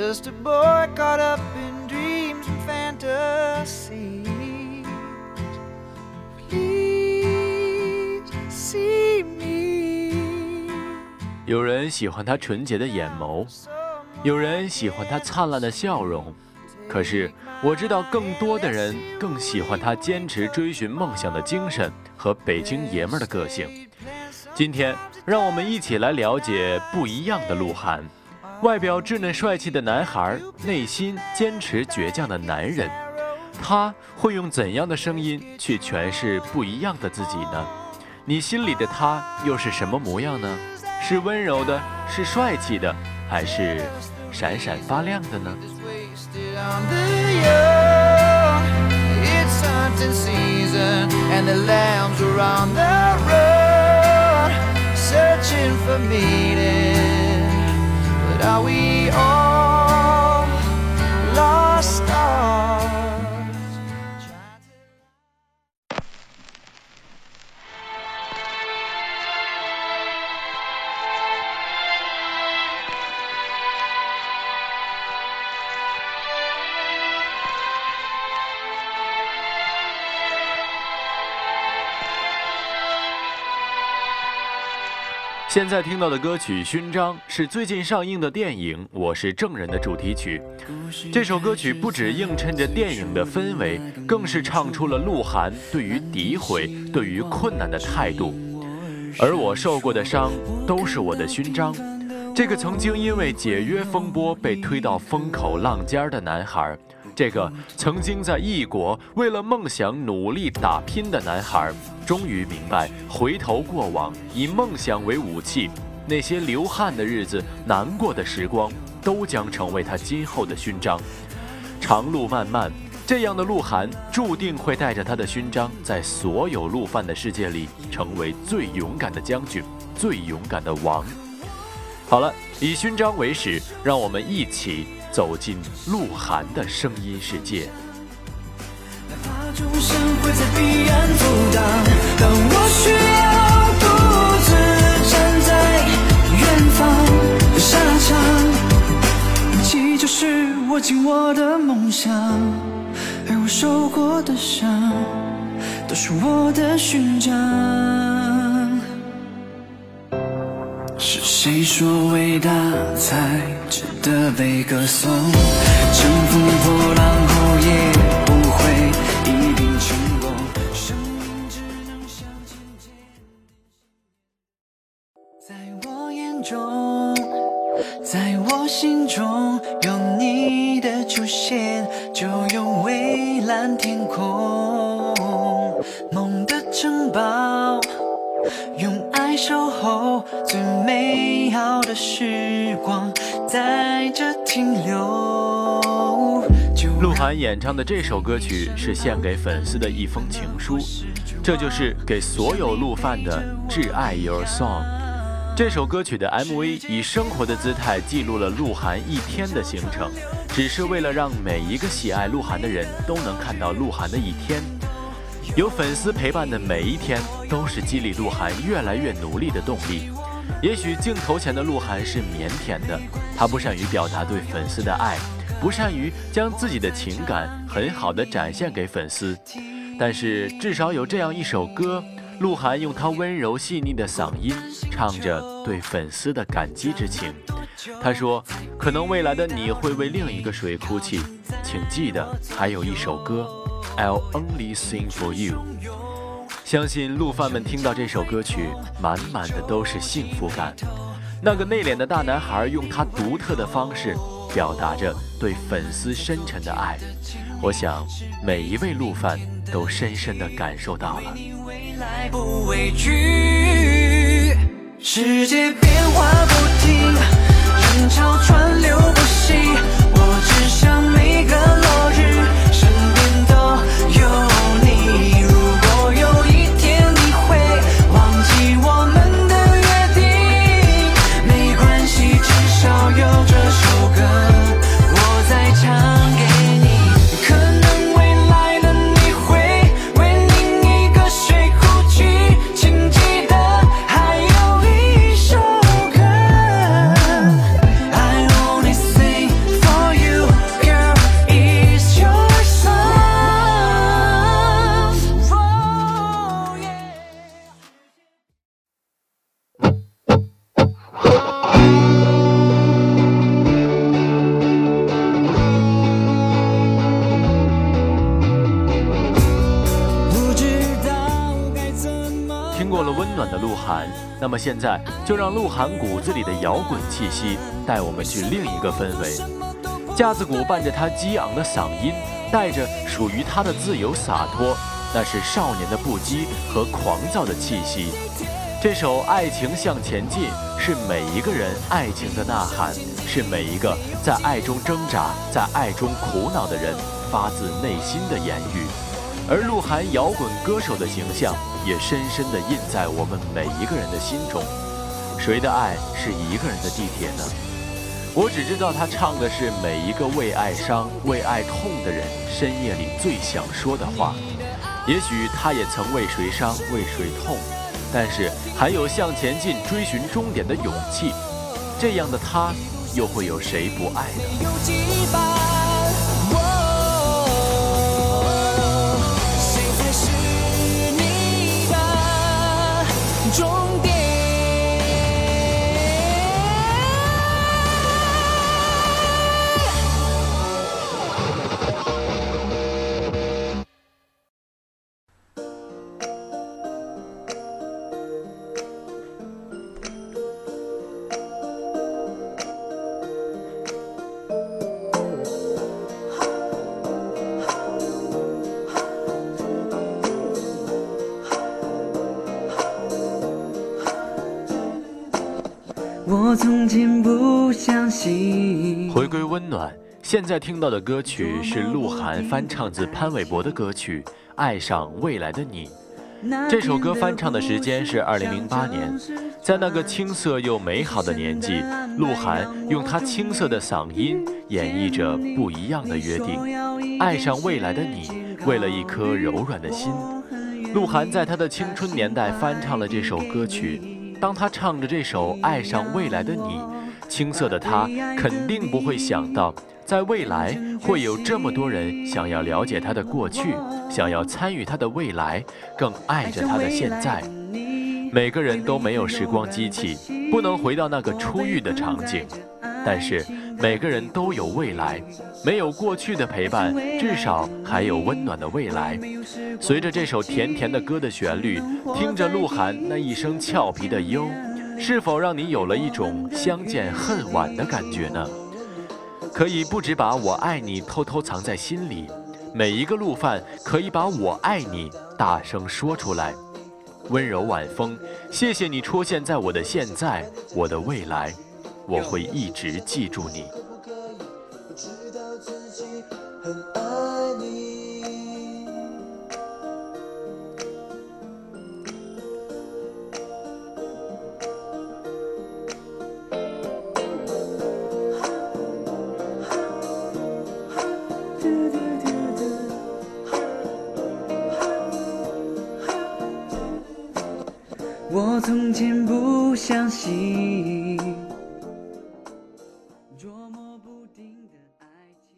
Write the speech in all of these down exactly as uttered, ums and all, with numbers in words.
Just a boy caught up in dreams and fantasy. Please see me. 有人喜欢他纯洁的眼眸，有人喜欢他灿烂的笑容，可是我知道更多的人更喜欢他坚持追寻梦想的精神和北京爷们儿的个性。今天让我们一起来了解不一样的鹿晗，外表稚嫩帅气的男孩，内心坚持倔强的男人。他会用怎样的声音去诠释不一样的自己呢？你心里的他又是什么模样呢？是温柔的，是帅气的，还是闪闪发亮的呢？ Searching for meaning, but are we all lost stars? 现在听到的歌曲《勋章》是最近上映的电影《我是证人》的主题曲。这首歌曲不只映衬着电影的氛围，更是唱出了鹿晗对于诋毁、对于困难的态度。而我受过的伤都是我的勋章。这个曾经因为解约风波被推到风口浪尖的男孩，这个曾经在异国为了梦想努力打拼的男孩，终于明白回头过往，以梦想为武器，那些流汗的日子、难过的时光，都将成为他今后的勋章。长路漫漫，这样的鹿晗注定会带着他的勋章，在所有路贩的世界里，成为最勇敢的将军，最勇敢的王。好了，以勋章为始，让我们一起走进鹿晗的声音世界。 哪怕众生会在彼岸阻挡，当我需要独自站在远方的沙场，你就是我紧握的梦想，而我受过的伤都是我的勋章。是谁说伟大才值得被歌颂？乘风破浪后也不会一定成功，生命只能向前进。在我眼中，在我心中，有你的出现，就有蔚蓝天空。梦的城堡，用爱守候，最美好的时光在这停留。 鹿晗演唱的这首歌曲是献给粉丝的一封情书，这就是给所有鹿贩的挚爱 Your Song。 这首歌曲的 M V 以生活的姿态记录了鹿晗一天的行程，只是为了让每一个喜爱鹿晗的人都能看到鹿晗的一天。有粉丝陪伴的每一天，都是激励鹿晗越来越努力的动力。也许镜头前的鹿晗是腼腆的，他不善于表达对粉丝的爱，不善于将自己的情感很好的展现给粉丝。但是至少有这样一首歌，鹿晗用他温柔细腻的嗓音，唱着对粉丝的感激之情。他说，可能未来的你会为另一个谁哭泣，请记得还有一首歌I'll only sing for you。 相信鹿贩们听到这首歌曲，满满的都是幸福感。那个内敛的大男孩用他独特的方式表达着对粉丝深沉的爱，我想每一位鹿贩都深深地感受到了。 不畏惧，世界变化不停，人潮川流不息，我只想每个落日身边都有你。如果有一天你会忘记我们的约定，没关系，至少有这首歌我在唱给你。可能未来的你会为另一个谁哭泣，请记得还有一首歌那么现在就让鹿晗骨子里的摇滚气息带我们去另一个氛围。架子鼓伴着他激昂的嗓音，带着属于他的自由洒脱，那是少年的不羁和狂躁的气息。这首《爱情向前进》是每一个人爱情的呐喊，是每一个在爱中挣扎、在爱中苦恼的人发自内心的言语。而鹿晗摇滚歌手的形象也深深地印在我们每一个人的心中。谁的爱是一个人的地铁呢？我只知道他唱的是每一个为爱伤、为爱痛的人深夜里最想说的话。也许他也曾为谁伤、为谁痛，但是还有向前进、追寻终点的勇气。这样的他，又会有谁不爱呢？有几番终点。 我从前不相信。 回归温暖，现在听到的歌曲是鹿晗翻唱自潘玮柏的歌曲《爱上未来的你》。这首歌翻唱的时间是二零零八年，在那个青涩又美好的年纪，鹿晗用他青涩的嗓音演绎着不一样的约定。爱上未来的你，为了一颗柔软的心。鹿晗在他的青春年代翻唱了这首歌曲。当他唱着这首《爱上未来的你》，青涩的他肯定不会想到，在未来会有这么多人想要了解他的过去，想要参与他的未来，更爱着他的现在。每个人都没有时光机器，不能回到那个初遇的场景，但是每个人都有未来，没有过去的陪伴，至少还有温暖的未来。随着这首甜甜的歌的旋律，听着鹿晗那一声俏皮的忧，是否让你有了一种相见恨晚的感觉呢？可以不只把我爱你偷偷藏在心里，每一个路犯可以把我爱你大声说出来。温柔晚风，谢谢你出现在我的现在，我的未来，我会一直记住你。 我从前不相信捉摸不定的爱情。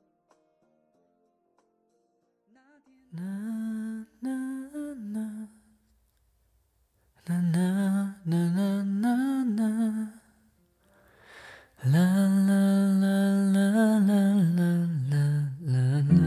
那那那那那那那那那啦啦啦啦啦啦啦啦。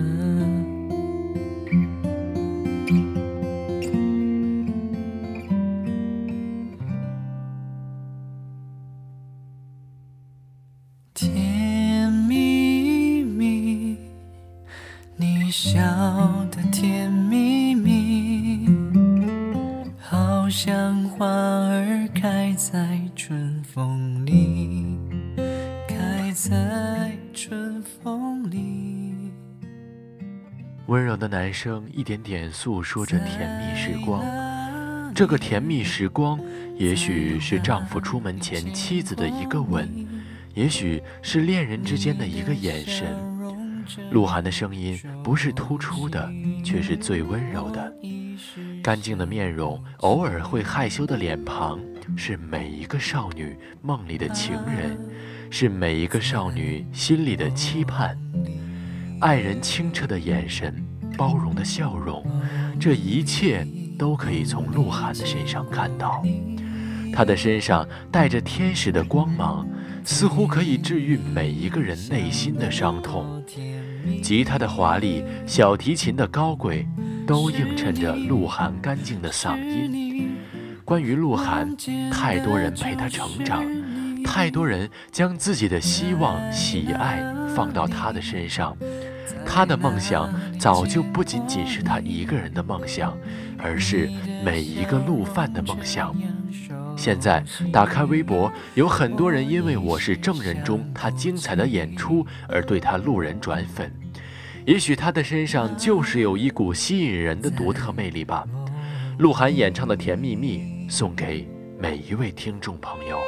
甜蜜蜜，你笑的甜蜜蜜，好像花儿开在春风里，开在春风里。 温柔的男声一点点诉说着甜蜜时光，这个甜蜜时光，也许是丈夫出门前妻子的一个吻，也许是恋人之间的一个眼神。鹿晗的声音不是突出的，却是最温柔的。干净的面容，偶尔会害羞的脸庞，是每一个少女梦里的情人，是每一个少女心里的期盼。爱人清澈的眼神，包容的笑容，这一切都可以从鹿晗的身上看到。他的身上带着天使的光芒，似乎可以治愈每一个人内心的伤痛。吉他的华丽，小提琴的高贵，都映衬着鹿晗干净的嗓音。 关于鹿晗，太多人陪他成长，太多人将自己的希望、喜爱放到他的身上。他的梦想早就不仅仅是他一个人的梦想，而是每一个鹿贩的梦想。现在打开微博，有很多人因为《我是证人》中他精彩的演出而对他路人转粉。也许他的身上就是有一股吸引人的独特魅力吧。鹿晗演唱的《甜蜜蜜》送给每一位听众朋友。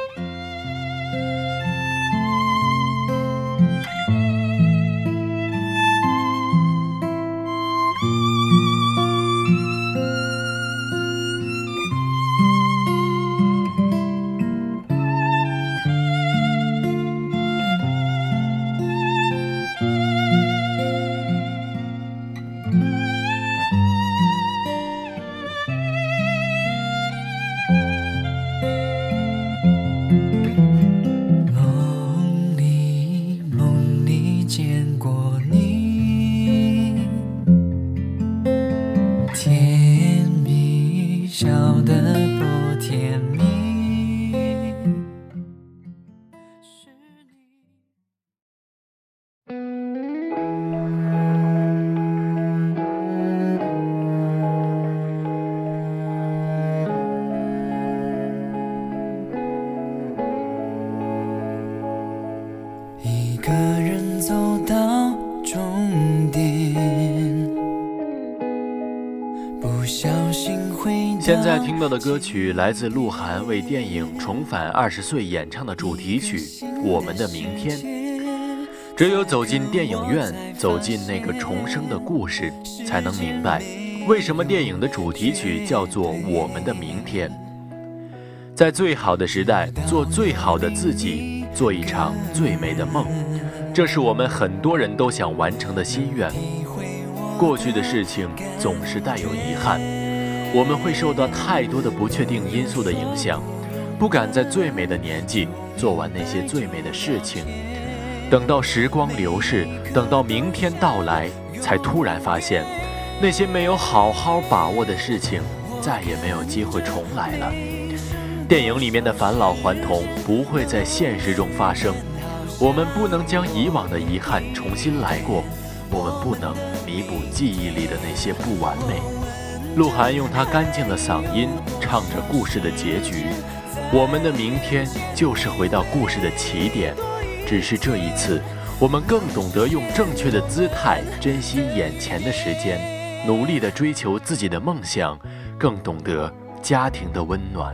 现在听到的歌曲来自鹿晗为电影《重返二十岁》演唱的主题曲《我们的明天》。只有走进电影院，走进那个重生的故事，才能明白为什么电影的主题曲叫做《我们的明天》。在最好的时代，做最好的自己，做一场最美的梦，这是我们很多人都想完成的心愿。过去的事情总是带有遗憾，我们会受到太多的不确定因素的影响，不敢在最美的年纪做完那些最美的事情。等到时光流逝，等到明天到来，才突然发现，那些没有好好把握的事情，再也没有机会重来了。电影里面的返老还童不会在现实中发生，我们不能将以往的遗憾重新来过，我们不能弥补记忆里的那些不完美。鹿晗用他干净的嗓音唱着故事的结局，我们的明天就是回到故事的起点，只是这一次我们更懂得用正确的姿态珍惜眼前的时间，努力地追求自己的梦想，更懂得家庭的温暖。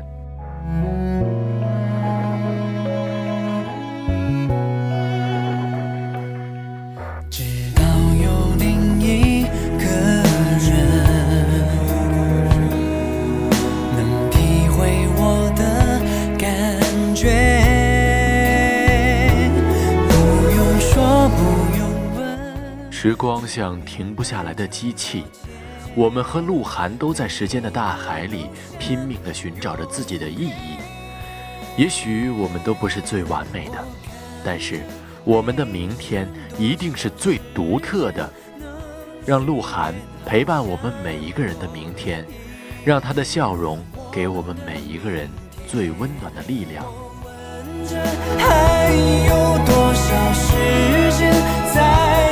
时光像停不下来的机器，我们和鹿晗都在时间的大海里拼命地寻找着自己的意义。也许我们都不是最完美的，但是我们的明天一定是最独特的。让鹿晗陪伴我们每一个人的明天，让他的笑容给我们每一个人最温暖的力量。 还有多少时间在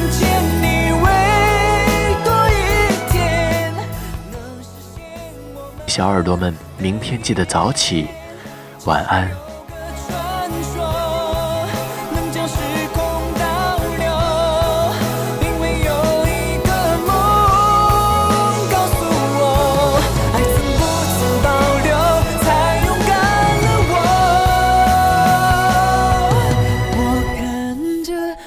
小耳朵们，明天记得早起，晚安。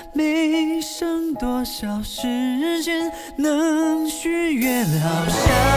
多少时间能许愿好想